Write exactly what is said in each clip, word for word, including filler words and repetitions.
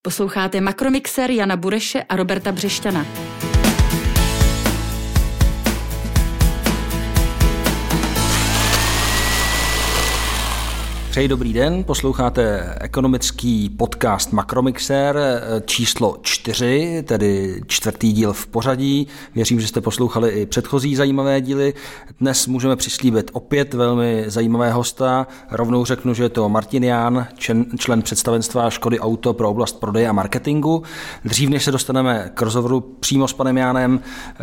Posloucháte Makromixer Jana Bureše a Roberta Břešťana. Přeji dobrý den, posloucháte ekonomický podcast Makromixer číslo čtyři, tedy čtvrtý díl v pořadí. Věřím, že jste poslouchali i předchozí zajímavé díly. Dnes můžeme přislíbit opět velmi zajímavé hosta. Rovnou řeknu, že je to Martin Ján, člen představenstva Škody Auto pro oblast prodeje a marketingu. Dřív, než se dostaneme k rozhovoru přímo s panem Jánem,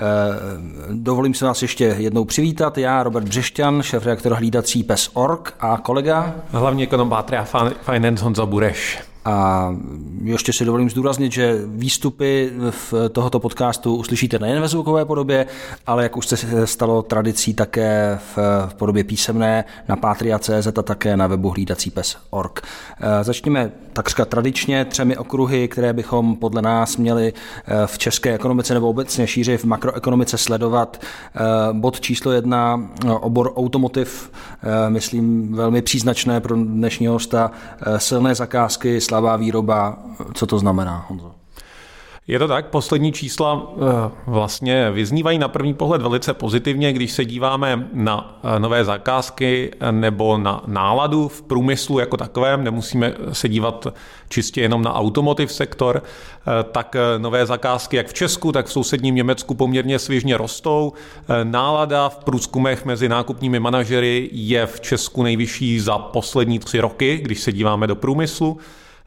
dovolím se vás ještě jednou přivítat. Já, Robert Břešťan, šéfredaktor hlídací P E S tečka org a kolega hlavní ekonom Patria Finance Honza Bureš. A ještě si dovolím zdůraznit, že výstupy v tohoto podcastu uslyšíte nejen ve zvukové podobě, ale jak už se stalo tradicí také v podobě písemné na patria tečka cé zet a také na webu hlídací P E S tečka org. Začněme takřka tradičně třemi okruhy, které bychom podle nás měli v české ekonomice nebo obecně šíři v makroekonomice sledovat. Bod číslo jedna, obor automotiv, myslím velmi příznačné pro dnešního hosta, silné zakázky, slabá výroba. Co to znamená, Honzo? Je to tak, poslední čísla vlastně vyznívají na první pohled velice pozitivně, když se díváme na nové zakázky nebo na náladu v průmyslu jako takovém, nemusíme se dívat čistě jenom na automotive sektor, tak nové zakázky jak v Česku, tak v sousedním Německu poměrně svižně rostou. Nálada v průzkumech mezi nákupními manažery je v Česku nejvyšší za poslední tři roky, když se díváme do průmyslu.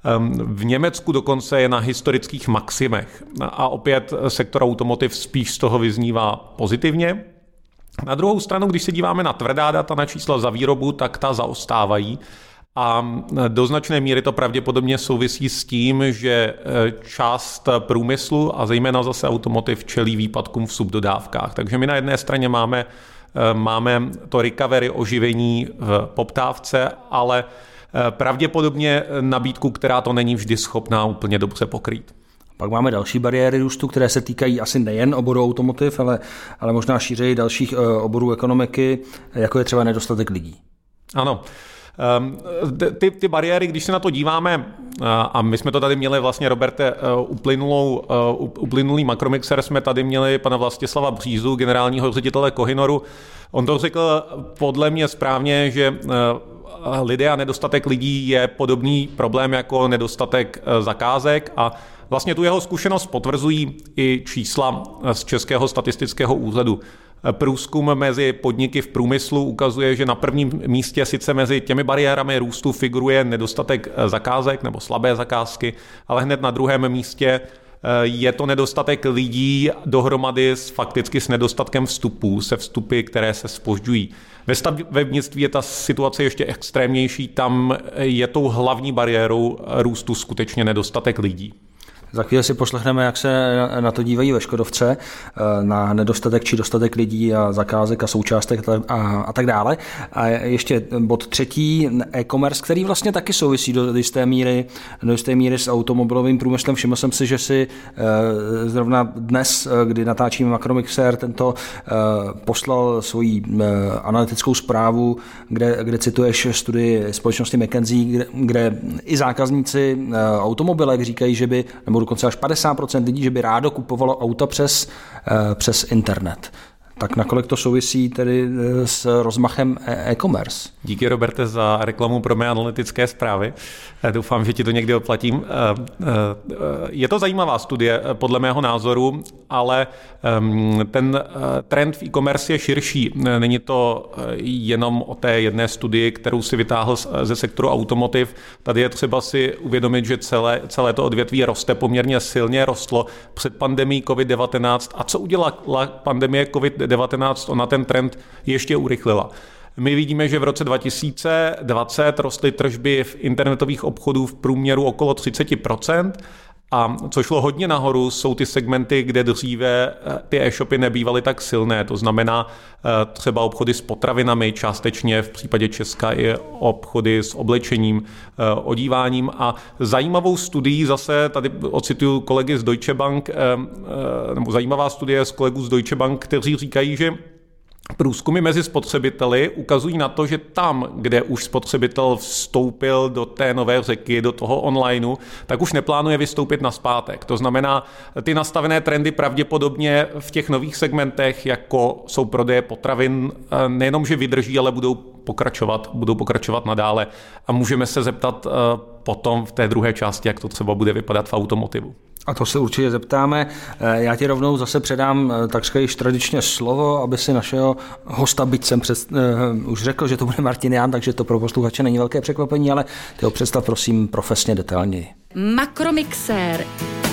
V Německu dokonce je na historických maximech a opět sektor automotiv spíš z toho vyznívá pozitivně. Na druhou stranu, když se díváme na tvrdá data, na čísla za výrobu, tak ta zaostávají a do značné míry to pravděpodobně souvisí s tím, že část průmyslu a zejména zase automotiv čelí výpadkům v subdodávkách. Takže my na jedné straně máme, máme to recovery, oživení v poptávce, ale pravděpodobně nabídku, která to není vždy schopná úplně dobře pokrýt. Pak máme další bariéry růstu, které se týkají asi nejen oboru automotiv, ale, ale možná šířeji dalších oborů ekonomiky, jako je třeba nedostatek lidí. Ano. Ty, ty bariéry, když se na to díváme, a my jsme to tady měli vlastně, Roberte, uplynulou, uplynulý Makromixer jsme tady měli pana Vlastislava Břízu, generálního ředitele Kohinoru. On to řekl podle mě správně, že lidé a nedostatek lidí je podobný problém jako nedostatek zakázek a vlastně tu jeho zkušenost potvrzují i čísla z Českého statistického úřadu. Průzkum mezi podniky v průmyslu ukazuje, že na prvním místě sice mezi těmi bariérami růstu figuruje nedostatek zakázek nebo slabé zakázky, ale hned na druhém místě je to nedostatek lidí dohromady s fakticky s nedostatkem vstupů, se vstupy, které se zpožďují. Ve stavebnictví je ta situace ještě extrémnější, tam je tou hlavní bariérou růstu skutečně nedostatek lidí. Za chvíli si poslechneme, jak se na to dívají ve Škodovce, na nedostatek či dostatek lidí a zakázek a součástek a, a tak dále. A ještě bod třetí, e-commerce, který vlastně taky souvisí do jisté míry, do jisté míry s automobilovým průmyslem. Všiml jsem si, že si zrovna dnes, kdy natáčíme Makromixer, tento poslal svoji analytickou zprávu, kde, kde cituješ studii společnosti McKinsey, kde, kde i zákazníci automobilek říkají, že by, nebo dokonce až padesát procent lidí, že by rádo kupovalo auta přes, přes internet. Tak nakolik to souvisí tedy s rozmachem e-commerce? Díky, Roberte, za reklamu pro mé analytické zprávy. Doufám, že ti to někdy oplatím. Je to zajímavá studie, podle mého názoru, ale ten trend v e-commerce je širší. Není to jenom o té jedné studii, kterou si vytáhl ze sektoru automotiv. Tady je třeba si uvědomit, že celé, celé to odvětví roste poměrně silně, rostlo před pandemií covid devatenáct. A co udělala pandemie covid devatenáct? Ona ten trend ještě urychlila. My vidíme, že v roce dva tisíce dvacet rostly tržby v internetových obchodů v průměru okolo třicet procent a co šlo hodně nahoru, jsou ty segmenty, kde dříve ty e-shopy nebývaly tak silné. To znamená třeba obchody s potravinami, částečně v případě Česka i obchody s oblečením, odíváním. A zajímavou studií zase, tady ocituju kolegy z Deutsche Bank, nebo zajímavá studie z kolegů z Deutsche Bank, kteří říkají, že Průzkumy mezi spotřebiteli ukazují na to, že tam, kde už spotřebitel vstoupil do té nové řeky, do toho onlineu, tak už neplánuje vystoupit nazpátek. To znamená, ty nastavené trendy pravděpodobně v těch nových segmentech, jako jsou prodeje potravin, nejenom, že vydrží, ale budou pokračovat, budou pokračovat nadále. A můžeme se zeptat potom v té druhé části, jak to třeba bude vypadat v automotivu. A to se určitě zeptáme. Já ti rovnou zase předám takřka již tradičně slovo, aby si našeho hosta, byť jsem před, uh, už řekl, že to bude Martin Jahn, takže to pro posluchače není velké překvapení, ale ty ho představ prosím profesně detailněji. Makromixér.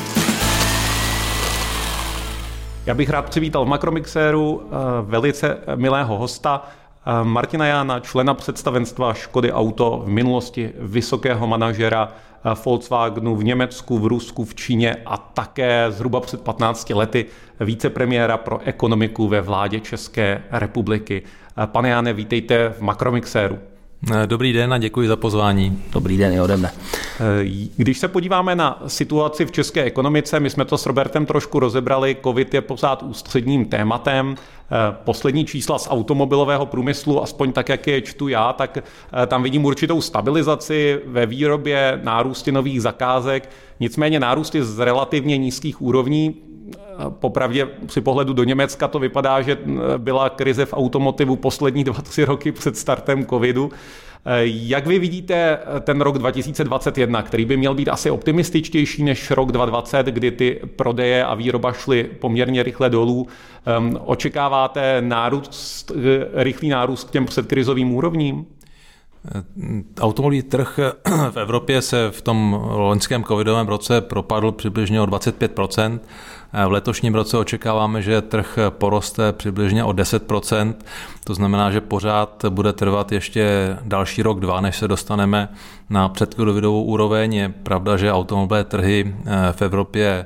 Já bych rád přivítal v Makromixéru uh, velice milého hosta, Martina Jahna, člena představenstva Škody Auto, v minulosti vysokého manažera Volkswagenu v Německu, v Rusku, v Číně a také zhruba před patnácti lety vicepremiéra pro ekonomiku ve vládě České republiky. Pane Jahne, vítejte v Makromixéru. Dobrý den a děkuji za pozvání. Dobrý den i ode mne. Když se podíváme na situaci v české ekonomice, my jsme to s Robertem trošku rozebrali, covid je pořád ústředním tématem. Poslední čísla z automobilového průmyslu, aspoň tak, jak je čtu já, tak tam vidím určitou stabilizaci ve výrobě, nárůsty nových zakázek, nicméně nárůsty z relativně nízkých úrovní. Popravdě při pohledu do Německa to vypadá, že byla krize v automotivu poslední dva, tři roky před startem covidu. Jak vy vidíte ten rok dva tisíce dvacet jedna, který by měl být asi optimističtější než rok dva tisíce dvacet, kdy ty prodeje a výroba šly poměrně rychle dolů? Očekáváte nárůst, rychlý nárůst k těm předkrizovým úrovním? Automobilový trh v Evropě se v tom loňském covidovém roce propadl přibližně o dvacet pět procent. V letošním roce očekáváme, že trh poroste přibližně o deset procent. To znamená, že pořád bude trvat ještě další rok, dva, než se dostaneme na předcovidovou úroveň. Je pravda, že automobilové trhy v Evropě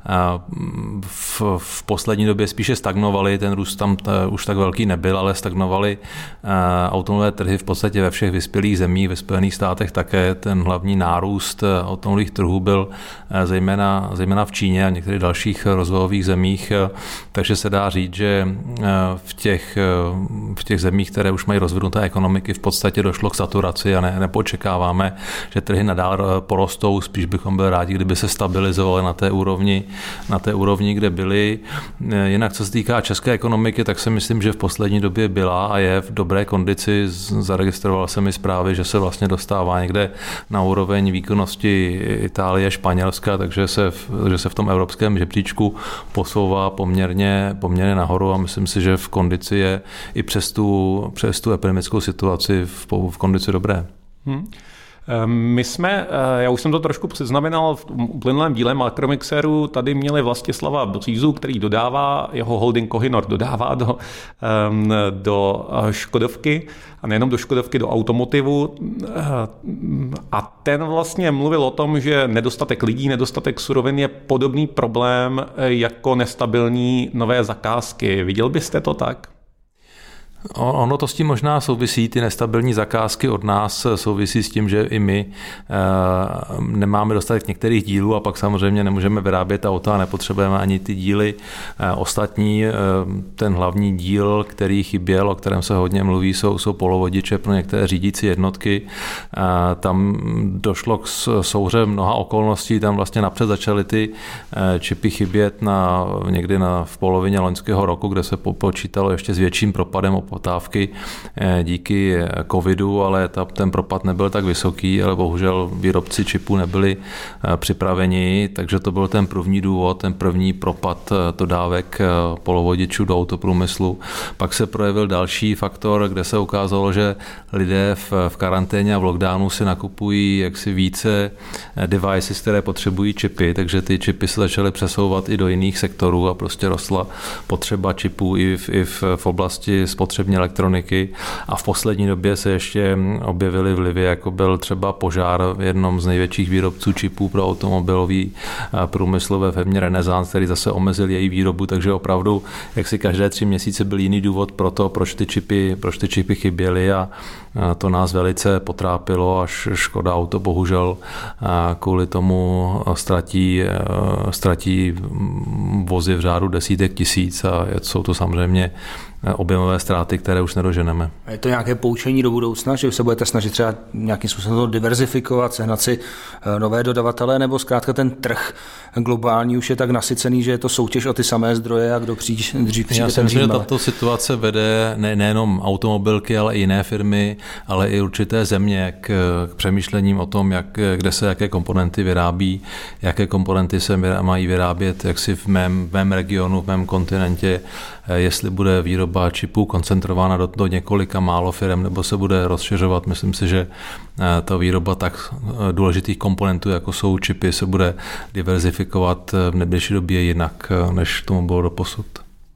v, v poslední době spíše stagnovaly. Ten růst tam už tak velký nebyl, ale stagnovaly automobilové trhy v podstatě ve všech vyspělých zemích. Ve Spojených státech také ten hlavní nárůst automobilových trhů byl zejména, zejména v Číně a některých dalších rozvojových zemích, takže se dá říct, že v těch, v těch zemích, které už mají rozvinuté ekonomiky, v podstatě došlo k saturaci a ne, nepočekáváme, že trhy nadál porostou, spíš bychom byli rádi, kdyby se stabilizovaly na té úrovni, na té úrovni, kde byly. Jinak, co se týká české ekonomiky, tak si myslím, že v poslední době byla a je v dobré kondici. Zaregistroval jsem mi zprávy, že se vlastně dostává někde na úroveň výkonnosti Itálie, Španělska, takže se v, že se v tom evropském žebříčku posouvá poměrně, poměrně nahoru a myslím si, že v kondici je i přes tu, přes tu epidemickou situaci v, v kondici dobré. Hmm. My jsme, já už jsem to trošku přiznamenal v uplynulém díle Makromixéru, tady měli Vlastislava Břízu, který dodává, jeho holding Kohinor dodává do, do Škodovky a nejenom do Škodovky, do automotivu. A ten vlastně mluvil o tom, že nedostatek lidí, nedostatek surovin je podobný problém jako nestabilní nové zakázky. Viděl byste to tak? Ono to s tím možná souvisí, ty nestabilní zakázky od nás souvisí s tím, že i my e, nemáme dostatek některých dílů a pak samozřejmě nemůžeme vyrábět auta a nepotřebujeme ani ty díly e, ostatní. E, ten hlavní díl, který chyběl, o kterém se hodně mluví, jsou, jsou polovodiče pro některé řídící jednotky. E, tam došlo k souhře mnoha okolností, tam vlastně napřed začaly ty e, čipy chybět na, někdy na, v polovině loňského roku, kde se počítalo ještě s větším propadem poptávky díky covidu, ale ta, ten propad nebyl tak vysoký, ale bohužel výrobci čipů nebyli připraveni, takže to byl ten první důvod, ten první propad dodávek polovodičů do autoprůmyslu. Pak se projevil další faktor, kde se ukázalo, že lidé v, v karanténě a v lockdownu si nakupují jaksi více devices, které potřebují čipy, takže ty čipy se začaly přesouvat i do jiných sektorů a prostě rostla potřeba čipů i v, i v, v oblasti spotřební elektroniky a v poslední době se ještě objevily vlivy, jako byl třeba požár v jednom z největších výrobců čipů pro automobilový průmysl ve firmě Renesance, který zase omezil její výrobu, takže opravdu jak si každé tři měsíce byl jiný důvod pro to, proč ty čipy, proč ty čipy chyběly a to nás velice potrápilo, až Škoda Auto bohužel kvůli tomu ztratí, ztratí vozy v řádu desítek tisíc a jsou to samozřejmě objemové ztráty, které už nedoženeme. Je to nějaké poučení do budoucna, že se budete snažit třeba nějakým způsobem to diverzifikovat, sehnat si nové dodavatele, nebo zkrátka ten trh globální už je tak nasycený, že je to soutěž o ty samé zdroje a kdo přijde, dřív přijde. Já si myslím, že tato situace vede ne, nejenom automobilky, ale i jiné firmy, ale i určité země k, k přemýšlením o tom, jak, kde se jaké komponenty vyrábí, jaké komponenty se mají vyrábět, jak si v mém, v mém regionu, v mém kontinentě, jestli bude výroba čipů koncentrována do, do několika málo firm, nebo se bude rozšiřovat. Myslím si, že ta výroba tak důležitých komponentů, jako jsou čipy, se bude diverzifikovat v nejbližší době jinak, než tomu bylo doposud.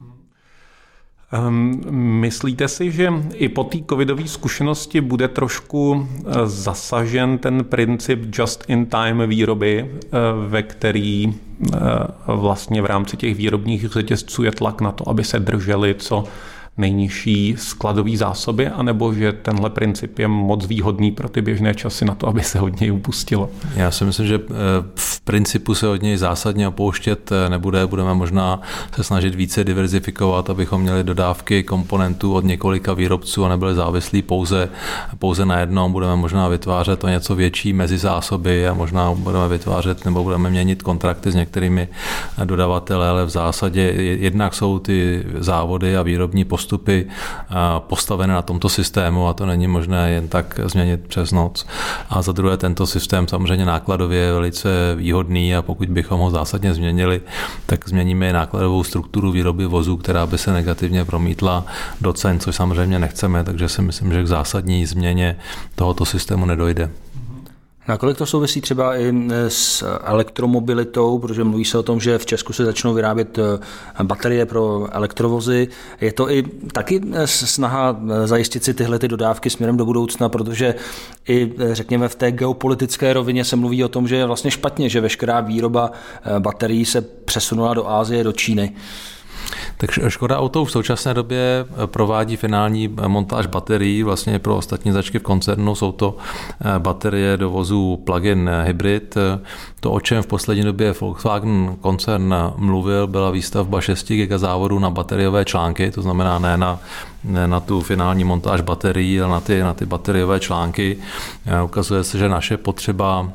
Um, myslíte si, že i po té covidové zkušenosti bude trošku zasažen ten princip just-in-time výroby, ve který vlastně v rámci těch výrobních řetězců je tlak na to, aby se drželi co nejnižší skladové zásoby, anebo že tenhle princip je moc výhodný pro ty běžné časy na to, aby se od něj upustilo? Já si myslím, že v principu se od něj zásadně opouštět nebude. Budeme možná se snažit více diverzifikovat, abychom měli dodávky komponentů od několika výrobců a nebyli závislí pouze, pouze na jednom. Budeme možná vytvářet o něco větší mezizásoby a možná budeme vytvářet nebo budeme měnit kontrakty s některými dodavateli, ale v zásadě jednak jsou ty závody a výrobní postupy postupy postavené na tomto systému a to není možné jen tak změnit přes noc. A za druhé tento systém samozřejmě nákladově je velice výhodný a pokud bychom ho zásadně změnili, tak změníme i nákladovou strukturu výroby vozů, která by se negativně promítla do cen, což samozřejmě nechceme, takže si myslím, že k zásadní změně tohoto systému nedojde. Nakolik to souvisí třeba i s elektromobilitou, protože mluví se o tom, že v Česku se začnou vyrábět baterie pro elektrovozy. Je to i taky snaha zajistit si tyhle ty dodávky směrem do budoucna, protože i řekněme v té geopolitické rovině se mluví o tom, že je vlastně špatně, že veškerá výroba baterií se přesunula do Asie, do Číny. Takže Škoda Auto v současné době provádí finální montáž baterií vlastně pro ostatní značky v koncernu. Jsou to baterie do vozů plug-in hybrid. To, o čem v poslední době Volkswagen koncern mluvil, byla výstavba šesti gigazávodů na bateriové články, to znamená ne na, ne na tu finální montáž baterií, ale na ty, na ty bateriové články. Ukazuje se, že naše potřeba,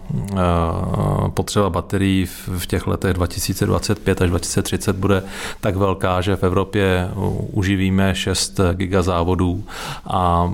potřeba baterií v těch letech dva tisíce dvacet pět až dva tisíce třicet bude tak velká, že v Evropě uživíme šest gigazávodů a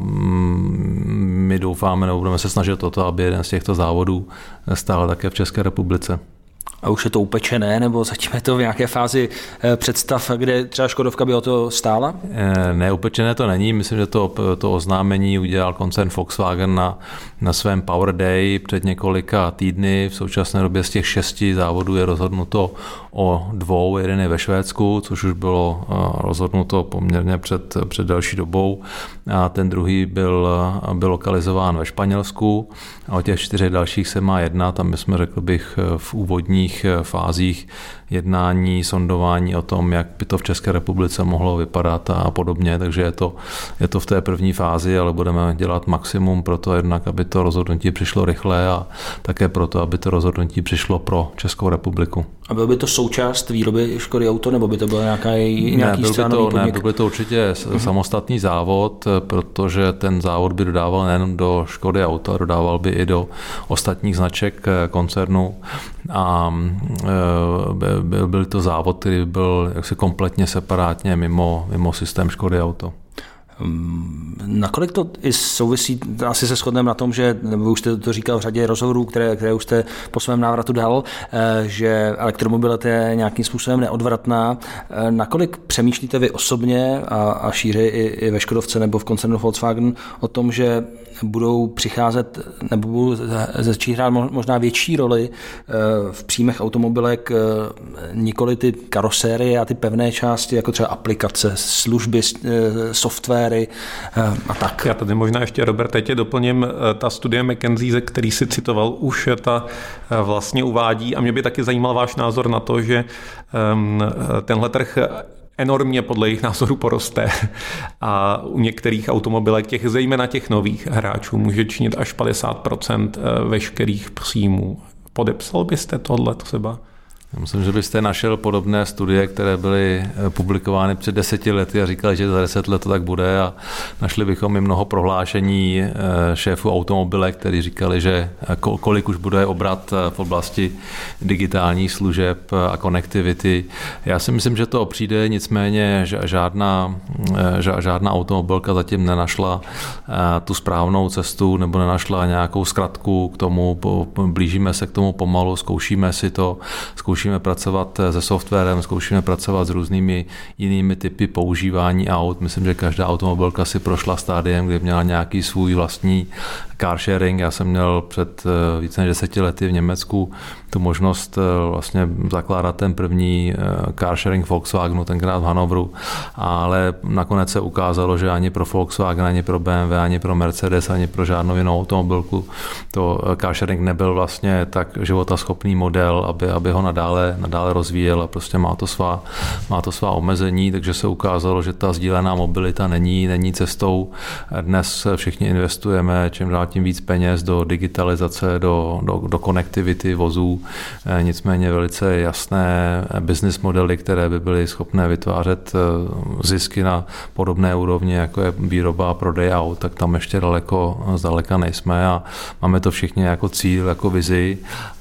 my doufáme, nebo budeme se snažit o to, aby jeden z těchto závodů stál také v České republice. A už je to upečené, nebo zatím je to v nějaké fázi představ, kde třeba Škodovka by o to stála? Ne, upečené to není. Myslím, že to, to oznámení udělal koncern Volkswagen na, na svém Power Day před několika týdny. V současné době z těch šesti závodů je rozhodnuto o dvou. Jeden je ve Švédsku, což už bylo rozhodnuto poměrně před, před další dobou. A ten druhý byl, byl lokalizován ve Španělsku. A o těch čtyřech dalších se má jednat. Tam my jsme, řekl bych, v úvodních fázích jednání, sondování o tom, jak by to v České republice mohlo vypadat a podobně, takže je to, je to v té první fázi, ale budeme dělat maximum pro to jednak, aby to rozhodnutí přišlo rychle a také proto, aby to rozhodnutí přišlo pro Českou republiku. A byl by to součást výroby Škody Auto, nebo by to byl nějaký, nějaký ne, stránový podnik? Ne, byl by to určitě samostatný závod, protože ten závod by dodával nejen do Škody Auto, dodával by i do ostatních značek koncernu a byl, byl to závod, který byl jaksi kompletně separátně mimo, mimo systém Škody Auto. Nakolik to i souvisí, asi se shodneme na tom, že, nebo už jste to říkal v řadě rozhovorů, které, které už jste po svém návratu dal, že elektromobilita je nějakým způsobem neodvratná. Nakolik přemýšlíte vy osobně a, a šíře i, i ve Škodovce nebo v koncernu Volkswagen o tom, že budou přicházet nebo budou začít hrát možná větší roli v příjmech automobilek nikoli ty karosérie a ty pevné části, jako třeba aplikace, služby, softwary a tak. Já tady možná ještě, Robert, tě doplním, ta studie McKinsey, ze který si citoval, už ta vlastně uvádí a mě by taky zajímal váš názor na to, že tenhle trh enormně podle jejich názoru poroste a u některých automobilek, těch, zejména těch nových hráčů, může činit až padesát procent veškerých příjmů. Podepsal byste tohle třeba? Myslím, že byste našel podobné studie, které byly publikovány před deseti lety a říkali, že za deset let to tak bude a našli bychom i mnoho prohlášení šéfů automobilek, kteří říkali, že kolik už bude obrat v oblasti digitálních služeb a konektivity. Já si myslím, že to přijde, nicméně žádná, žádná automobilka zatím nenašla tu správnou cestu nebo nenašla nějakou zkratku k tomu, blížíme se k tomu pomalu, zkoušíme si to, zkoušíme Zkoušíme pracovat se softwarem, zkoušíme pracovat s různými jinými typy používání aut. Myslím, že každá automobilka si prošla stádiem, kdy měla nějaký svůj vlastní car sharing. Já jsem měl před více než deseti lety v Německu tu možnost vlastně zakládat ten první car sharing Volkswagenu, tenkrát v Hannoveru, ale nakonec se ukázalo, že ani pro Volkswagen, ani pro B M W, ani pro Mercedes, ani pro žádnou jinou automobilku to car sharing nebyl vlastně tak životaschopný model, aby, aby ho nadále, nadále rozvíjel a prostě má to svá, má to svá omezení, takže se ukázalo, že ta sdílená mobilita není, není cestou. Dnes všichni investujeme čím dál tím víc peněz do digitalizace, do, do, do konektivity vozů, nicméně velice jasné business modely, které by byly schopné vytvářet zisky na podobné úrovni, jako je výroba a prodej aut, tak tam ještě daleko zdaleka nejsme a máme to všichni jako cíl, jako vizi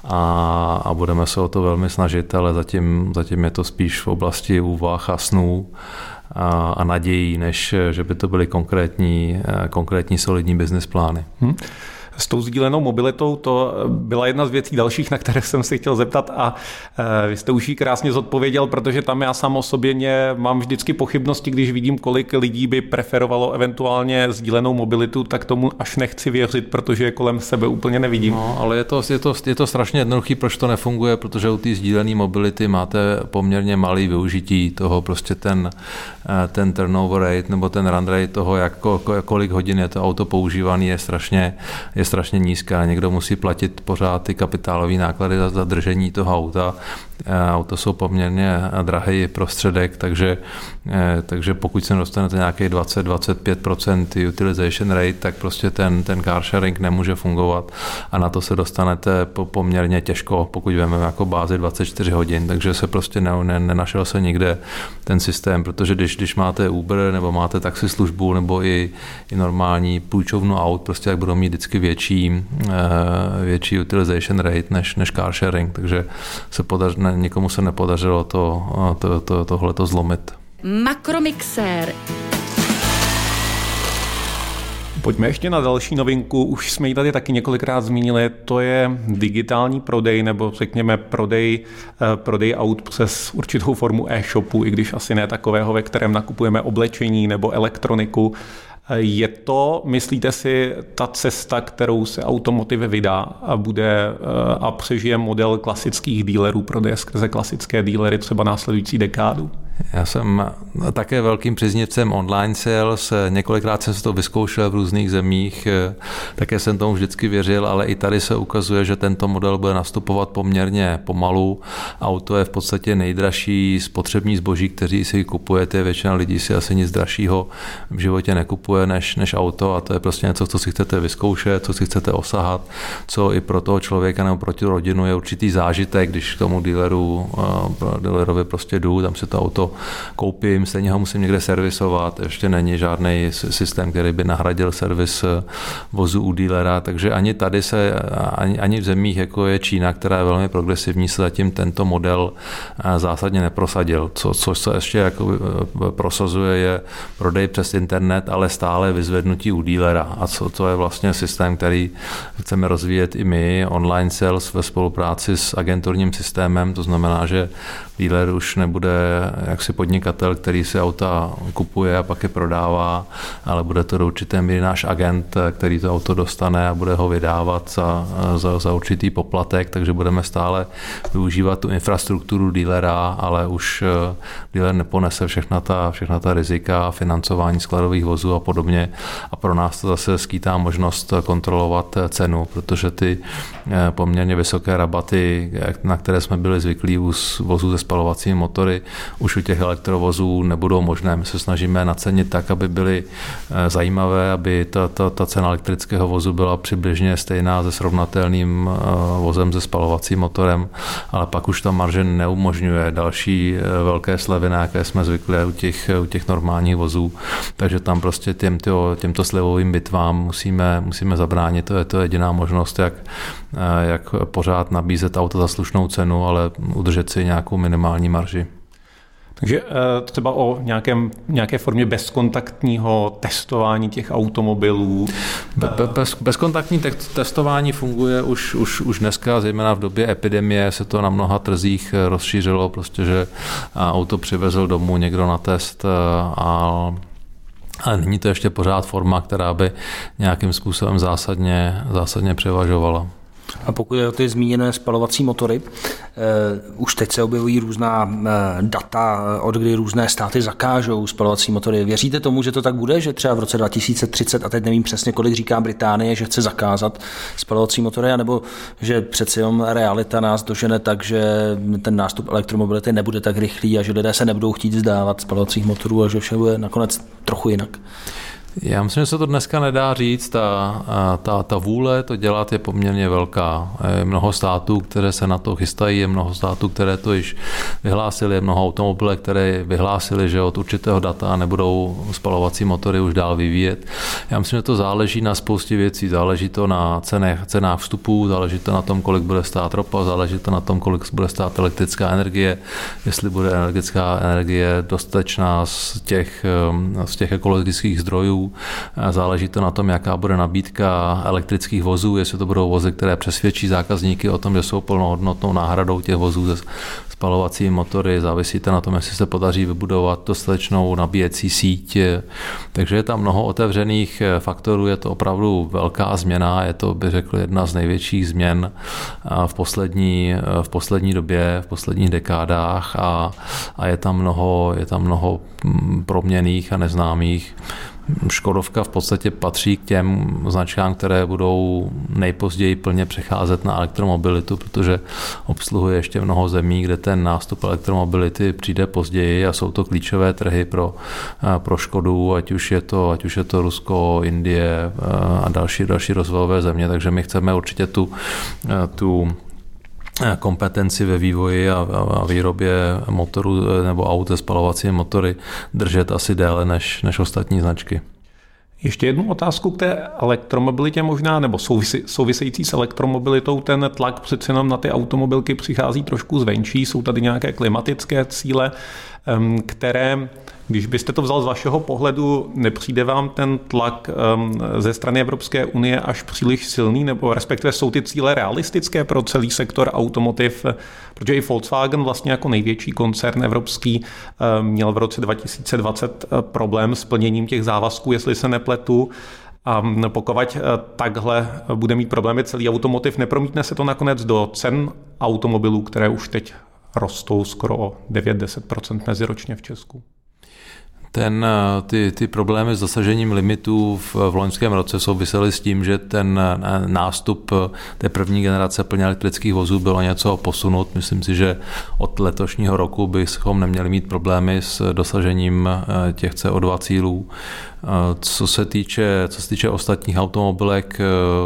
a, a budeme se o to velmi snažit, ale zatím, zatím je to spíš v oblasti úvah a snů a, a nadějí, než že by to byly konkrétní, konkrétní solidní business plány. Hmm. S tou sdílenou mobilitou to byla jedna z věcí dalších, na které jsem se chtěl zeptat a vy jste už ji krásně zodpověděl, protože tam já sám o sobě mám vždycky pochybnosti, když vidím, kolik lidí by preferovalo eventuálně sdílenou mobilitu, tak tomu až nechci věřit, protože je kolem sebe úplně nevidím. No, ale je to, je to, je to strašně jednoduchý, proč to nefunguje, protože u té sdílené mobility máte poměrně malý využití toho, prostě ten, ten turnover rate nebo ten run rate toho, jak, kolik hodin je to auto používané, je strašně je strašně nízká. Někdo musí platit pořád ty kapitálové náklady za, za držení toho auta. Auto jsou poměrně drahý prostředek, takže, takže pokud se dostanete nějakých dvacet až dvacet pět procent utilization rate, tak prostě ten, ten car sharing nemůže fungovat a na to se dostanete po, poměrně těžko, pokud vezmeme jako bázi dvacet čtyři hodin, takže se prostě ne, ne, nenašel se nikde ten systém, protože když, když máte Uber nebo máte taxislužbu nebo i, i normální půjčovnu aut, prostě jak budou mít vždycky větší, větší utilization rate než, než car sharing, takže se podař, ne, nikomu se nepodařilo to, to, to, tohleto zlomit. Makromixér. Pojďme ještě na další novinku, už jsme ji tady taky několikrát zmínili, to je digitální prodej, nebo řekněme prodej, prodej aut přes určitou formu e-shopu, i když asi ne takového, ve kterém nakupujeme oblečení nebo elektroniku. Je to, myslíte si, ta cesta, kterou se Automotive vydá a bude a přežije model klasických dealerů, prodeje skrze klasické dealery třeba následující dekádu? Já jsem také velkým příznivcem online sales, několikrát jsem se to vyzkoušel v různých zemích, také jsem tomu vždycky věřil, ale i tady se ukazuje, že tento model bude nastupovat poměrně pomalu. Auto je v podstatě nejdražší spotřební zboží, který si kupujete, většina lidí si asi nic dražšího v životě nekupuje než, než auto a to je prostě něco, co si chcete vyzkoušet, co si chcete osahat, co i pro toho člověka nebo pro tu rodinu je určitý zážitek, když k tomu dealeru, dealerovi prostě jdu, tam si to auto koupím, stejně ho musím někde servisovat, ještě není žádný systém, který by nahradil servis vozu u dealera, takže ani tady se, ani, ani v zemích, jako je Čína, která je velmi progresivní, se zatím tento model zásadně neprosadil. Co, co se ještě jako prosazuje, je prodej přes internet, ale stále vyzvednutí u dealera. A co to je vlastně systém, který chceme rozvíjet i my, online sales ve spolupráci s agenturním systémem, to znamená, že dealer už nebude jaksi podnikatel, který si auta kupuje a pak je prodává, ale bude to do určité míry náš agent, který to auto dostane a bude ho vydávat za, za, za určitý poplatek, takže budeme stále využívat tu infrastrukturu dealera, ale už dealer neponese všechna ta, všechna ta rizika, financování skladových vozů a podobně. A pro nás to zase skýtá možnost kontrolovat cenu, protože ty poměrně vysoké rabaty, na které jsme byli zvyklí u vozů se spalovacími motory, už u těch elektrovozů nebudou možné. My se snažíme nacenit tak, aby byly zajímavé, aby ta, ta, ta cena elektrického vozu byla přibližně stejná se srovnatelným vozem se spalovacím motorem, ale pak už ta marže neumožňuje další velké slevy, na jaké jsme zvyklí u těch, u těch normálních vozů. Takže tam prostě těmto, těmto slevovým bitvám musíme, musíme zabránit. To je to jediná možnost, jak, jak pořád nabízet auto za slušnou cenu, ale udržet si nějakou minimální marži. Takže třeba o nějakém, nějaké formě bezkontaktního testování těch automobilů. Be, bez, bezkontaktní te- testování funguje už, už, už dneska, zejména v době epidemie se to na mnoha trzích rozšířilo, prostě, že auto přivezl domů někdo na test a ale není to ještě pořád forma, která by nějakým způsobem zásadně, zásadně převažovala. A pokud je o ty zmíněné spalovací motory, eh, už teď se objevují různá eh, data, od kdy různé státy zakážou spalovací motory. Věříte tomu, že to tak bude, že třeba v roce dva tisíce třicet, a teď nevím přesně, kolik říká Británie, že chce zakázat spalovací motory, anebo že přeci jenom realita nás dožene tak, že ten nástup elektromobility nebude tak rychlý a že lidé se nebudou chtít vzdávat spalovacích motorů a že vše bude nakonec trochu jinak? Já myslím, že se to dneska nedá říct. Ta, ta, ta vůle to dělat je poměrně velká. Je mnoho států, které se na to chystají, je mnoho států, které to již vyhlásili, je mnoho automobilů, které vyhlásili, že od určitého data nebudou spalovací motory už dál vyvíjet. Já myslím, že to záleží na spoustě věcí. Záleží to na cenách, cenách vstupů, záleží to na tom, kolik bude stát ropa, záleží to na tom, kolik bude stát elektrická energie, jestli bude energetická energie dostatečná z těch, z těch ekologických zdrojů. Záleží to na tom, jaká bude nabídka elektrických vozů, jestli to budou vozy, které přesvědčí zákazníky o tom, že jsou plnohodnotnou náhradou těch vozů se spalovacími motory. Závisí to na tom, jestli se podaří vybudovat dostatečnou nabíjecí síť. Takže je tam mnoho otevřených faktorů, je to opravdu velká změna, je to, bych řekl, jedna z největších změn v poslední, v poslední době, v posledních dekádách a, a je tam mnoho, je tam mnoho proměnných a neznámých. Škodovka v podstatě patří k těm značkám, které budou nejpozději plně přecházet na elektromobilitu, protože obsluhuje ještě mnoho zemí, kde ten nástup elektromobility přijde později a jsou to klíčové trhy pro, pro Škodu, ať už je to, ať už je to Rusko, Indie a další, další rozvojové země, takže my chceme určitě tu, tu kompetenci ve vývoji a, a výrobě motorů nebo aut se spalovacími motory držet asi déle než, než ostatní značky. Ještě jednu otázku k té elektromobilitě možná, nebo souvise, související s elektromobilitou, ten tlak přece jenom na ty automobilky přichází trošku zvenčí, jsou tady nějaké klimatické cíle, které, když byste to vzal z vašeho pohledu, nepřijde vám ten tlak ze strany Evropské unie až příliš silný, nebo respektive jsou ty cíle realistické pro celý sektor automotiv, protože i Volkswagen vlastně jako největší koncern evropský měl v roce dva tisíce dvacet problém s plněním těch závazků, jestli se nepletu. A pokud takhle bude mít problémy celý automotiv, nepromítne se to nakonec do cen automobilů, které už teď rostou skoro o devět až deset procent meziročně v Česku. Ten, ty, ty problémy s dosažením limitů v, v loňském roce souvisely s tím, že ten nástup té první generace plně elektrických vozů bylo něco posunut. Myslím si, že od letošního roku bychom neměli mít problémy s dosažením těch C O dva cílů. Co se týče, co se týče ostatních automobilek,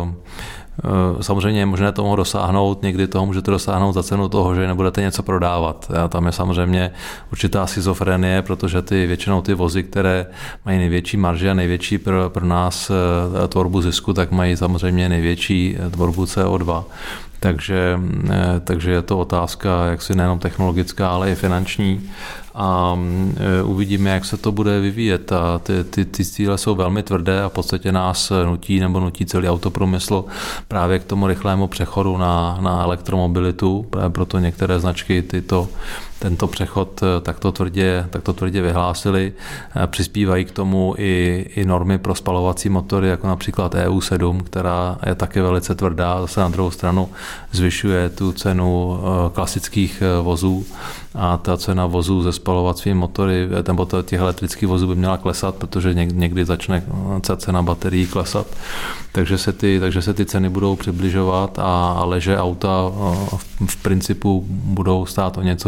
samozřejmě je možné toho dosáhnout, někdy toho můžete dosáhnout za cenu toho, že nebudete něco prodávat. A tam je samozřejmě určitá schizofrenie, protože ty většinou ty vozy, které mají největší marže a největší pro, pro nás tvorbu zisku, tak mají samozřejmě největší tvorbu C O dva. Takže, takže je to otázka jaksi nejenom technologická, ale i finanční. A uvidíme, jak se to bude vyvíjet. A ty, ty, ty cíle jsou velmi tvrdé a v podstatě nás nutí nebo nutí celý autoprůmysl právě k tomu rychlému přechodu na, na elektromobilitu. Právě proto některé značky tyto, tento přechod takto tvrdě, takto tvrdě vyhlásily. Přispívají k tomu i, i normy pro spalovací motory, jako například E U sedm, která je také velice tvrdá. Zase na druhou stranu zvyšuje tu cenu klasických vozů a ta cena vozů ze spalovacími motory, nebo těch elektrických vozů by měla klesat, protože někdy začne cena baterií klesat. Takže se ty, takže se ty ceny budou přibližovat a leže auta v principu budou stát o něco víc než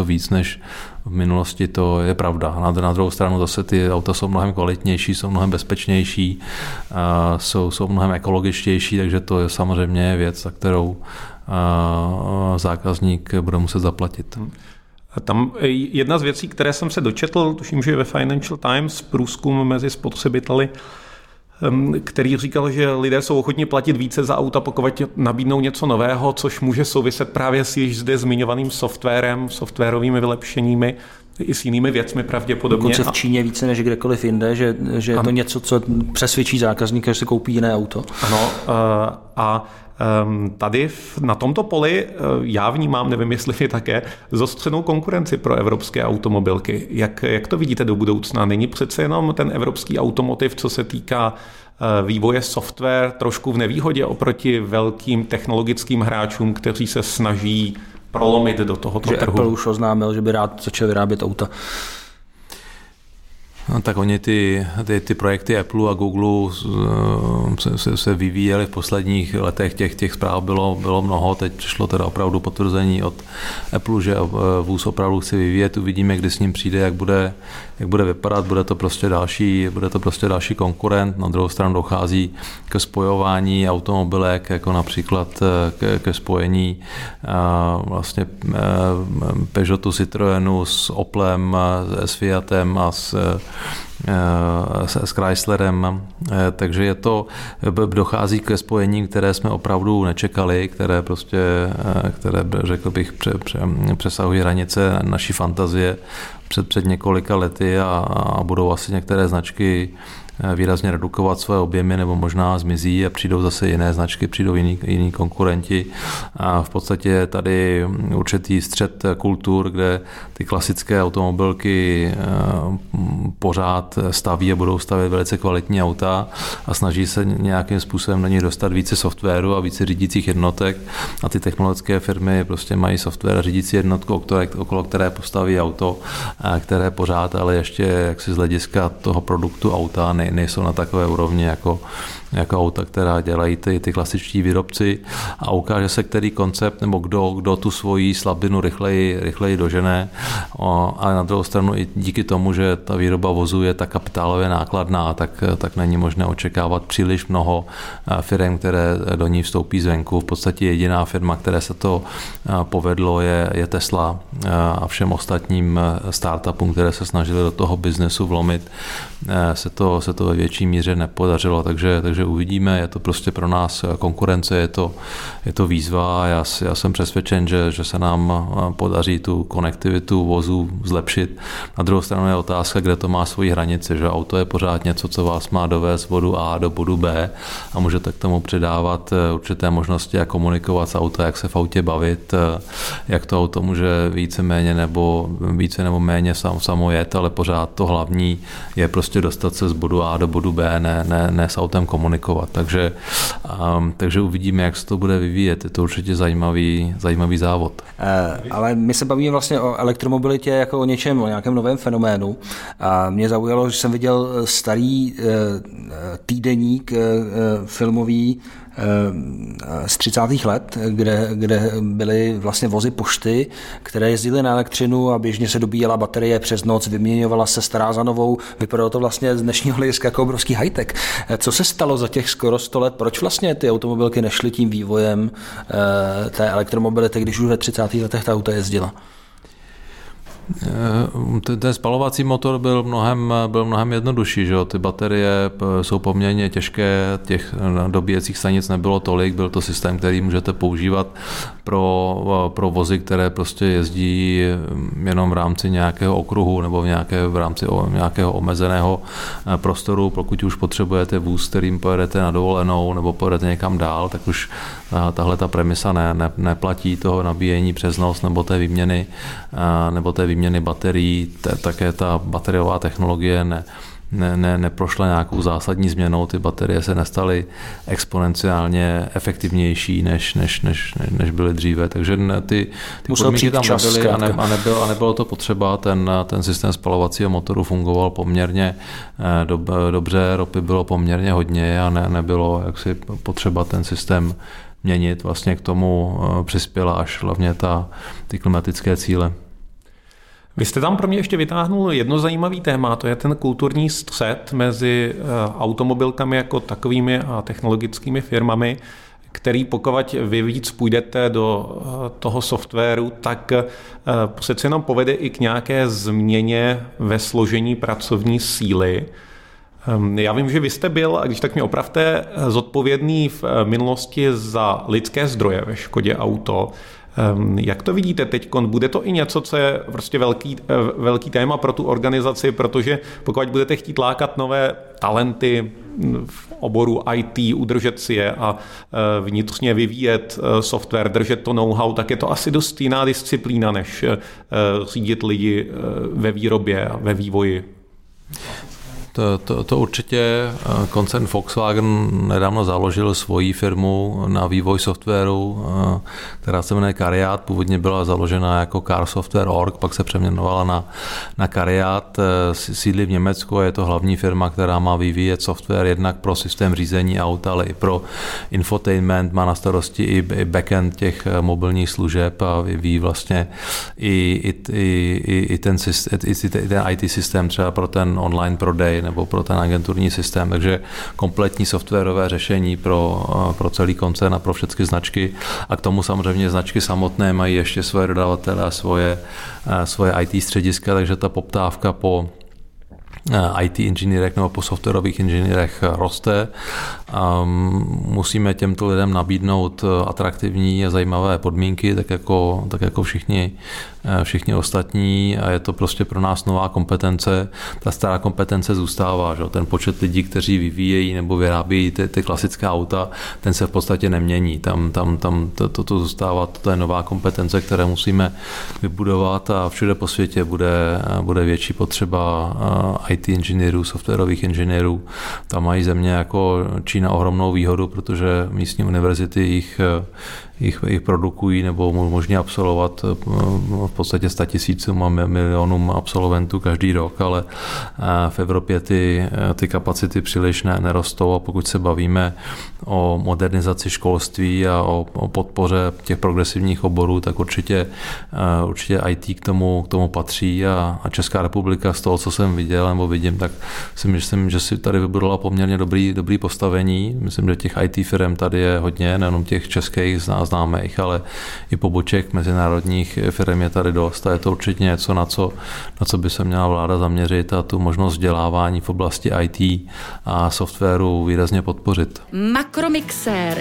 než v minulosti, to je pravda. Na, na druhou stranu zase ty auta jsou mnohem kvalitnější, jsou mnohem bezpečnější, a jsou, jsou mnohem ekologičtější, takže to je samozřejmě věc, za kterou a, zákazník bude muset zaplatit. Tam jedna z věcí, které jsem se dočetl, tuším, že ve Financial Times, průzkum mezi spotřebiteli, který říkal, že lidé jsou ochotni platit více za auta, pokud nabídnou něco nového, což může souviset právě s již zde zmiňovaným softwarem, softwarovými vylepšeními i s jinými věcmi pravděpodobně. Dokonce v Číně více než kdekoliv jinde, že, že je to něco, co přesvědčí zákazníka, že si koupí jiné auto. Ano, a tady na tomto poli já vnímám, nevím, jestli vy také, zostřenou konkurenci pro evropské automobilky. Jak, jak to vidíte do budoucna? Není přece jenom ten evropský automotiv, co se týká vývoje software, trošku v nevýhodě oproti velkým technologickým hráčům, kteří se snaží prolomit do tohoto že trhu? Apple už oznámil, že by rád začal vyrábět auta. No, tak oni ty, ty, ty projekty Apple a Google se, se, se vyvíjely v posledních letech, těch, těch zpráv bylo, bylo mnoho, teď přišlo teda opravdu potvrzení od Apple, že vůz opravdu chce vyvíjet, uvidíme, kdy s ním přijde, jak bude, jak bude vypadat, bude to prostě další, bude to prostě další konkurent, na druhou stranu dochází ke spojování automobilek, jako například ke, ke spojení vlastně Peugeotu, Citroenu s Oplem, s Fiatem a s s Chryslerem, takže je to, dochází ke spojení, které jsme opravdu nečekali, které prostě, které řekl bych přesahují hranice naší fantazie před, před několika lety a, a budou asi některé značky výrazně redukovat své objemy nebo možná zmizí a přijdou zase jiné značky, přijdou jiní, jiní konkurenti. A v podstatě je tady určitý střet kultur, kde ty klasické automobilky pořád staví a budou stavět velice kvalitní auta a snaží se nějakým způsobem na ně dostat více softwaru a více řídících jednotek a ty technologické firmy prostě mají software a řídící jednotku, okolo které postaví auto, které pořád ale ještě jaksi z hlediska toho produktu auta nejsou na takové úrovni jako, jako auta, která dělají ty, ty klasičtí výrobci a ukáže se, který koncept nebo kdo, kdo tu svoji slabinu rychleji, rychleji dožene. O, ale na druhou stranu i díky tomu, že ta výroba vozu je tak kapitálově nákladná, tak, tak není možné očekávat příliš mnoho firm, které do ní vstoupí zvenku. V podstatě jediná firma, které se to povedlo, je, je Tesla a všem ostatním startupům, které se snažili do toho biznesu vlomit, se to, se to ve větší míře nepodařilo, takže, takže uvidíme, je to prostě pro nás konkurence, je to, je to výzva a já, já jsem přesvědčen, že, že se nám podaří tu konektivitu vozů zlepšit. Na druhou stranu je otázka, kde to má svoji hranici, že auto je pořád něco, co vás má dovést z bodu A do bodu B a můžete k tomu přidávat určité možnosti, jak komunikovat s autem, jak se v autě bavit, jak to auto může více méně nebo více nebo méně sam, samo jet, ale pořád to hlavní je prostě dostat se z bodu A do bodu B, ne, ne, ne s autem komunikovat. Takže, um, takže uvidíme, jak se to bude vyvíjet. Je to určitě zajímavý, zajímavý závod. E, ale my se bavíme vlastně o elektromobilitě jako o něčem, o nějakém novém fenoménu. A mě zaujalo, že jsem viděl starý e, týdeník e, filmový z třicátých let, kde, kde byly vlastně vozy pošty, které jezdily na elektřinu a běžně se dobíjela baterie přes noc, vyměňovala se stará za novou. Vypadalo to vlastně z dnešního hlediska jako obrovský high-tech. Co se stalo za těch skoro sto let? Proč vlastně ty automobilky nešly tím vývojem té elektromobility, když už ve třicátých letech ta auta jezdila? Ten spalovací motor byl mnohem, byl mnohem jednodušší, že? Ty baterie jsou poměrně těžké, těch dobíjecích stanic nebylo tolik, byl to systém, který můžete používat pro, pro vozy, které prostě jezdí jenom v rámci nějakého okruhu nebo v, nějaké, v rámci nějakého omezeného prostoru. Pokud už potřebujete vůz, kterým pojedete na dovolenou nebo pojedete někam dál, tak už tahle ta premisa ne, ne, neplatí toho nabíjení přes noc nebo té výměny, nebo té výměny baterií, t- také ta bateriová technologie ne, ne, ne, neprošla nějakou zásadní změnou, ty baterie se nestaly exponenciálně efektivnější, než, než, než, než byly dříve, takže ne, ty, ty podmínky tam nebyly a, ne, a, nebylo, a nebylo to potřeba, ten, ten systém spalovacího motoru fungoval poměrně do, dobře, ropy bylo poměrně hodně a ne, nebylo jaksi potřeba ten systém měnit, vlastně k tomu přispěla až hlavně ta, ty klimatické cíle. Vy jste tam pro mě ještě vytáhnul jedno zajímavé téma, to je ten kulturní střet mezi automobilkami jako takovými a technologickými firmami, který pokud vy víc půjdete do toho softwaru, tak přece jenom povede i k nějaké změně ve složení pracovní síly. Já vím, že vy jste byl, a když tak mě opravte, zodpovědný v minulosti za lidské zdroje ve Škodě Auto. Jak to vidíte teď? Bude to i něco, co je prostě velký, velký téma pro tu organizaci, protože pokud budete chtít lákat nové talenty v oboru í té, udržet si je a vnitřně vyvíjet software, držet to know-how, tak je to asi dost jiná disciplína, než řídit lidi ve výrobě a ve vývoji. To, to, to určitě koncern Volkswagen nedávno založil svoji firmu na vývoj softwaru, která se jmenuje CARIAD. Původně byla založena jako Car Software tečka org, pak se přeměnovala na, na CARIAD. Sídlí v Německu, je to hlavní firma, která má vyvíjet software jednak pro systém řízení auta, ale i pro infotainment, má na starosti i, i backend těch mobilních služeb a vyvíjí vlastně i, i, i, i, ten, i ten í té systém třeba pro ten online prodej nebo pro ten agenturní systém, takže kompletní softwarové řešení pro, pro celý koncern a pro všechny značky. A k tomu samozřejmě značky samotné mají ještě svoje dodavatele a svoje, svoje í té střediska, takže ta poptávka po í té inženýrech nebo po softwarových inženýrech roste. Musíme těmto lidem nabídnout atraktivní a zajímavé podmínky, tak jako, tak jako všichni, všichni ostatní, a je to prostě pro nás nová kompetence. Ta stará kompetence zůstává, že? Ten počet lidí, kteří vyvíjejí nebo vyrábějí ty, ty klasická auta, ten se v podstatě nemění. Tam, tam, tam to, to, to zůstává, to je nová kompetence, které musíme vybudovat a všude po světě bude, bude větší potřeba í té inženýrů, softwarových inženýrů. Tam mají země jako Čína ohromnou výhodu, protože místní univerzity jich, jich, jich produkují nebo možná absolvovat v podstatě sta tisícům a milionům absolventů každý rok, ale v Evropě ty, ty kapacity příliš ne, nerostou a pokud se bavíme o modernizaci školství a o, o podpoře těch progresivních oborů, tak určitě, určitě í té k tomu, k tomu patří a, a Česká republika z toho, co jsem viděl nebo vidím, tak si myslím, že si tady vybudovala poměrně dobrý, dobrý postavení. Myslím, že těch í té firm tady je hodně, nejenom těch českých známých, ale i poboček mezinárodních firm je tady dost a je to určitě něco, na co, na co by se měla vláda zaměřit a tu možnost vzdělávání v oblasti í té a softwaru výrazně podpořit. Makromixér.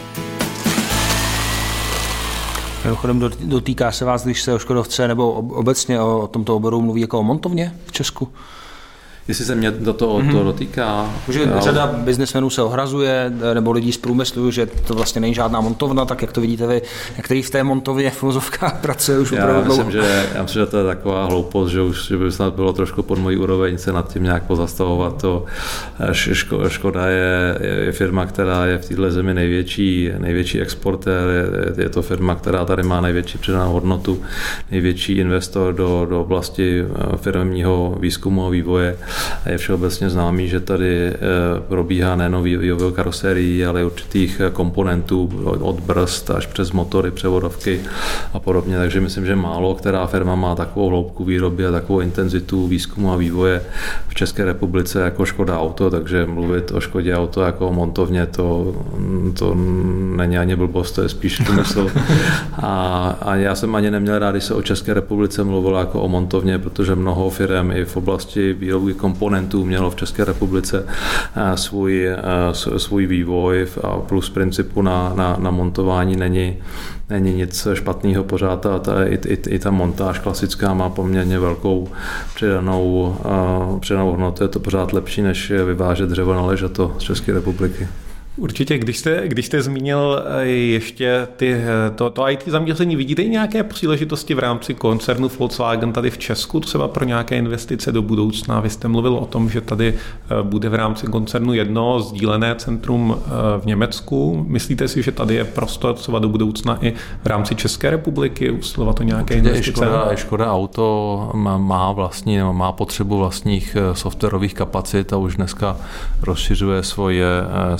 Mimochodem dotýká se vás, když se o Škodovce nebo obecně o tomto oboru mluví jako o montovně v Česku? Jestli se mě do toho mm-hmm. to dotýká. Že řada biznesmenů se ohrazuje, nebo lidí z průmyslu, že to vlastně není žádná montovna, tak jak to vidíte vy, který v té montovně v uvozovkách pracuje už opravdu dlouho. Já myslím, že, já myslím, že to je taková hloupost, že už že by snad bylo trošku pod mojí úroveň se nad tím nějak pozastavovat. To Ško, Škoda je, je firma, která je v této zemi největší, největší exportér, je, je to firma, která tady má největší přidanou hodnotu, největší investor do, do oblasti firemního výzkumu a vývoje. Je všeobecně známý, že tady probíhá nejen vývoj karoserií, ale i určitých komponentů od brzd až přes motory, převodovky a podobně. Takže myslím, že málo která firma má takovou hloubku výroby a takovou intenzitu výzkumu a vývoje v České republice jako Škoda Auto, takže mluvit o Škodě Auto jako o montovně, to, to není ani blbost, to je spíš průmysl. A, a já jsem ani neměl rád, když se o České republice mluvilo jako o montovně, protože mnoho firm i v oblasti výroby komponentů mělo v České republice svůj, svůj vývoj a plus principu na, na, na montování není, není nic špatného, pořád ta, ta, i, i, i ta montáž klasická má poměrně velkou přidanou, přidanou hodnotu, je to pořád lepší, než vyvážet dřevo na ležato z České republiky. Určitě, když jste, když jste zmínil ještě ty, to, to í té zaměření, vidíte i nějaké příležitosti v rámci koncernu Volkswagen tady v Česku, třeba pro nějaké investice do budoucna? Vy jste mluvil o tom, že tady bude v rámci koncernu jedno sdílené centrum v Německu. Myslíte si, že tady je prostor třeba do budoucna i v rámci České republiky usilovat o nějaké investice? Škoda, Škoda Auto má vlastní, má potřebu vlastních softwarových kapacit a už dneska rozšiřuje svoje, svoje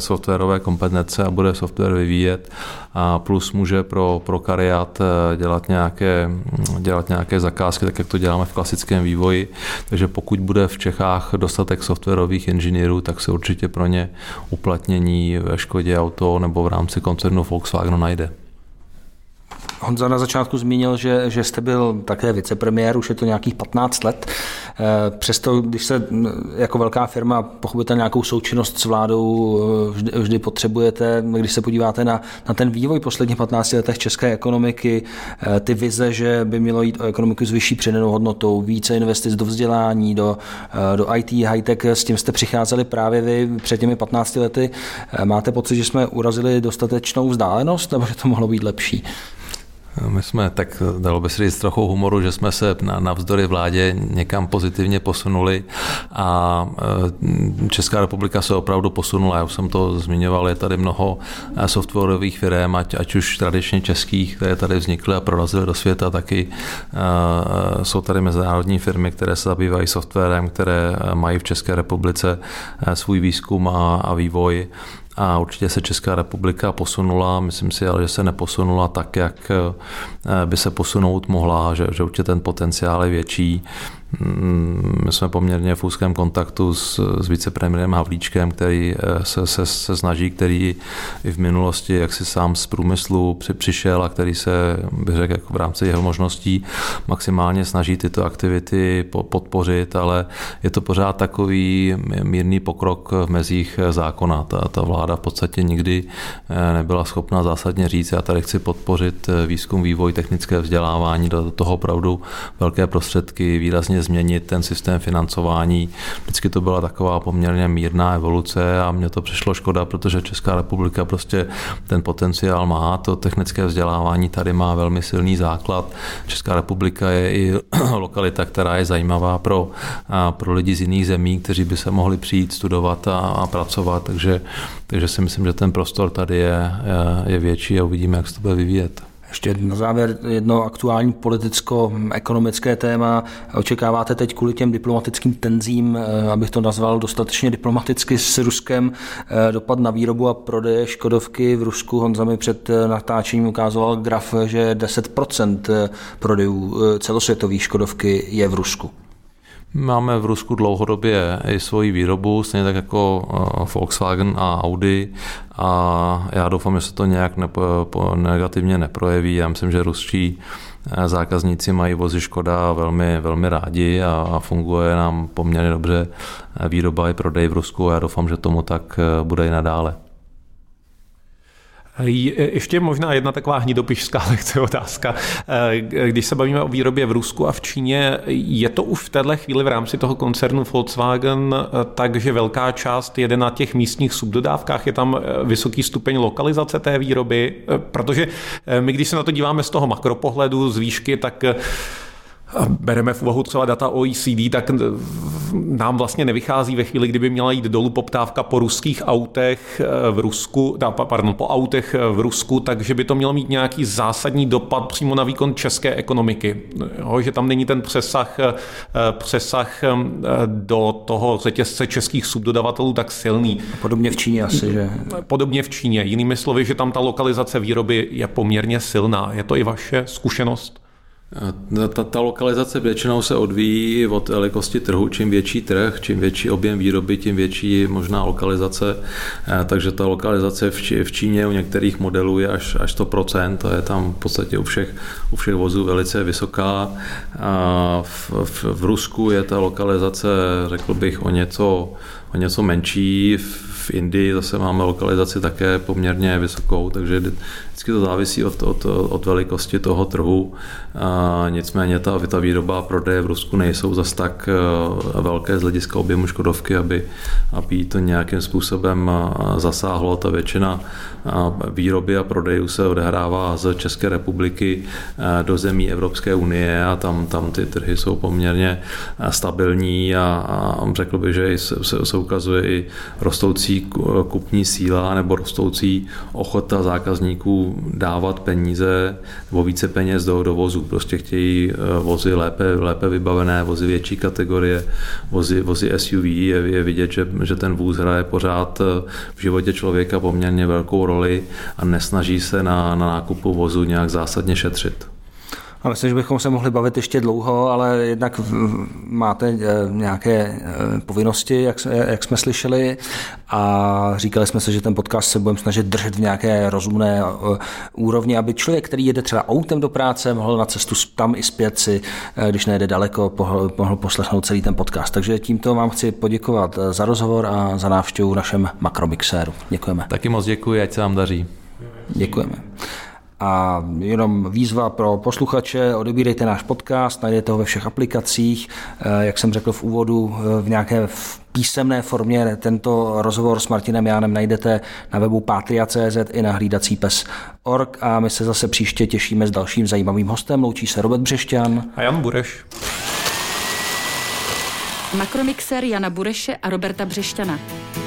softwarové kompetence a bude software vyvíjet a plus může pro, pro kariát dělat nějaké, dělat nějaké zakázky, tak jak to děláme v klasickém vývoji. Takže pokud bude v Čechách dostatek softwarových inženýrů, tak se určitě pro ně uplatnění ve Škodě Auto nebo v rámci koncernu Volkswagenu najde. Honza na začátku zmínil, že, že jste byl také vicepremiér, už je to nějakých patnáct let. Přesto, když se jako velká firma pochopíte nějakou součinnost s vládou vždy, vždy potřebujete, když se podíváte na, na ten vývoj posledních patnácti letech české ekonomiky, ty vize, že by mělo jít o ekonomiku s vyšší přidanou hodnotou, více investic do vzdělání, do, do í té, high-tech, s tím jste přicházeli právě vy před těmi patnácti lety. Máte pocit, že jsme urazili dostatečnou vzdálenost, nebo že to mohlo být lepší? My jsme, tak dalo by se říct trochu humoru, že jsme se navzdory vládě někam pozitivně posunuli a Česká republika se opravdu posunula. Já už jsem to zmiňoval, je tady mnoho softwarových firm, ať, ať už tradičně českých, které tady vznikly a prorazily do světa, taky uh, jsou tady mezinárodní firmy, které se zabývají softwarem, které mají v České republice svůj výzkum a, a vývoj. A určitě se Česká republika posunula, myslím si, ale že se neposunula tak, jak by se posunout mohla, že, že určitě ten potenciál je větší. My jsme poměrně v úzkém kontaktu s, s vicepremiérem Havlíčkem, který se, se, se snaží, který i v minulosti, jak si sám z průmyslu při, přišel a který se, bych řekl, v rámci jeho možností maximálně snaží tyto aktivity po, podpořit, ale je to pořád takový mírný pokrok v mezích zákona. Ta, ta vláda v podstatě nikdy nebyla schopna zásadně říct, já tady chci podpořit výzkum, vývoj, technické vzdělávání, do toho opravdu velké prostředky, výrazně změnit ten systém financování. Vždycky to byla taková poměrně mírná evoluce a mně to přišlo škoda, protože Česká republika prostě ten potenciál má, to technické vzdělávání tady má velmi silný základ. Česká republika je i lokalita, která je zajímavá pro, pro lidi z jiných zemí, kteří by se mohli přijít studovat a, a pracovat, takže, takže si myslím, že ten prostor tady je, je větší a uvidíme, jak se to bude vyvíjet. Ještě na závěr jedno aktuální politicko-ekonomické téma. Očekáváte teď kvůli těm diplomatickým tenzím, abych to nazval dostatečně diplomaticky, s Ruskem, dopad na výrobu a prodeje Škodovky v Rusku? Honza mi před natáčením ukázoval graf, že deset procent prodejů celosvětových Škodovky je v Rusku. Máme v Rusku dlouhodobě i svoji výrobu, stejně tak jako Volkswagen a Audi a já doufám, že se to nějak nepo, negativně neprojeví. Já myslím, že ruští zákazníci mají vozy Škoda velmi, velmi rádi a, a funguje nám poměrně dobře výroba i prodej v Rusku a já doufám, že tomu tak bude i nadále. Ještě možná jedna taková hnidopišská lekce otázka. Když se bavíme o výrobě v Rusku a v Číně, je to už v téhle chvíli v rámci toho koncernu Volkswagen tak, že velká část jede na těch místních subdodávkách, je tam vysoký stupeň lokalizace té výroby? Protože my, když se na to díváme z toho makropohledu, z výšky, tak bereme v úvahu třeba data O E C D, tak nám vlastně nevychází ve chvíli, kdyby měla jít dolů poptávka po ruských autech v Rusku, pardon, po autech v Rusku, takže by to mělo mít nějaký zásadní dopad přímo na výkon české ekonomiky. Jo, že tam není ten přesah, přesah do toho řetězce českých subdodavatelů tak silný. Podobně v Číně asi, že? Podobně v Číně. Jinými slovy, že tam ta lokalizace výroby je poměrně silná. Je to i vaše zkušenost? Ta, ta lokalizace většinou se odvíjí od velikosti trhu. Čím větší trh, čím větší objem výroby, tím větší možná lokalizace. Takže ta lokalizace v, Či, v Číně u některých modelů je až, až sto procent. To je tam v podstatě u všech, u všech vozů velice vysoká. A v, v, v Rusku je ta lokalizace, řekl bych, o něco, o něco menší. V Indii zase máme lokalizaci také poměrně vysokou, takže vždycky to závisí od, od, od velikosti toho trhu. A nicméně ta, ta výroba a prodeje v Rusku nejsou zas tak velké z hlediska objemu Škodovky, aby, aby to nějakým způsobem zasáhlo. Ta většina výroby a prodejů se odehrává z České republiky do zemí Evropské unie a tam, tam ty trhy jsou poměrně stabilní a, a řekl bych, že jsou ukazuje i rostoucí kupní síla nebo rostoucí ochota zákazníků dávat peníze nebo více peněz do, do vozů. Prostě chtějí vozy lépe, lépe vybavené, vozy větší kategorie, vozy, vozy S U V. Je, je vidět, že, že ten vůz hraje pořád v životě člověka poměrně velkou roli a nesnaží se na, na nákupu vozu nějak zásadně šetřit. A myslím, že bychom se mohli bavit ještě dlouho, ale jednak máte nějaké povinnosti, jak, jak jsme slyšeli, a říkali jsme se, že ten podcast se budeme snažit držet v nějaké rozumné úrovni, aby člověk, který jede třeba autem do práce, mohl na cestu tam i zpět si, když nejde daleko, mohl poslechnout celý ten podcast. Takže tímto vám chci poděkovat za rozhovor a za návštěvu v našem Makromixéru. Děkujeme. Taky moc děkuji, ať se vám daří. Děkujeme. A jenom výzva pro posluchače, odebírejte náš podcast, najdete ho ve všech aplikacích, jak jsem řekl v úvodu, v nějaké písemné formě tento rozhovor s Martinem Jánem najdete na webu patria tečka cé zet i na hlídací pes tečka org a my se zase příště těšíme s dalším zajímavým hostem. Loučí se Robert Břešťan a Jan Bureš. Makromixer Jana Bureše a Roberta Břešťana.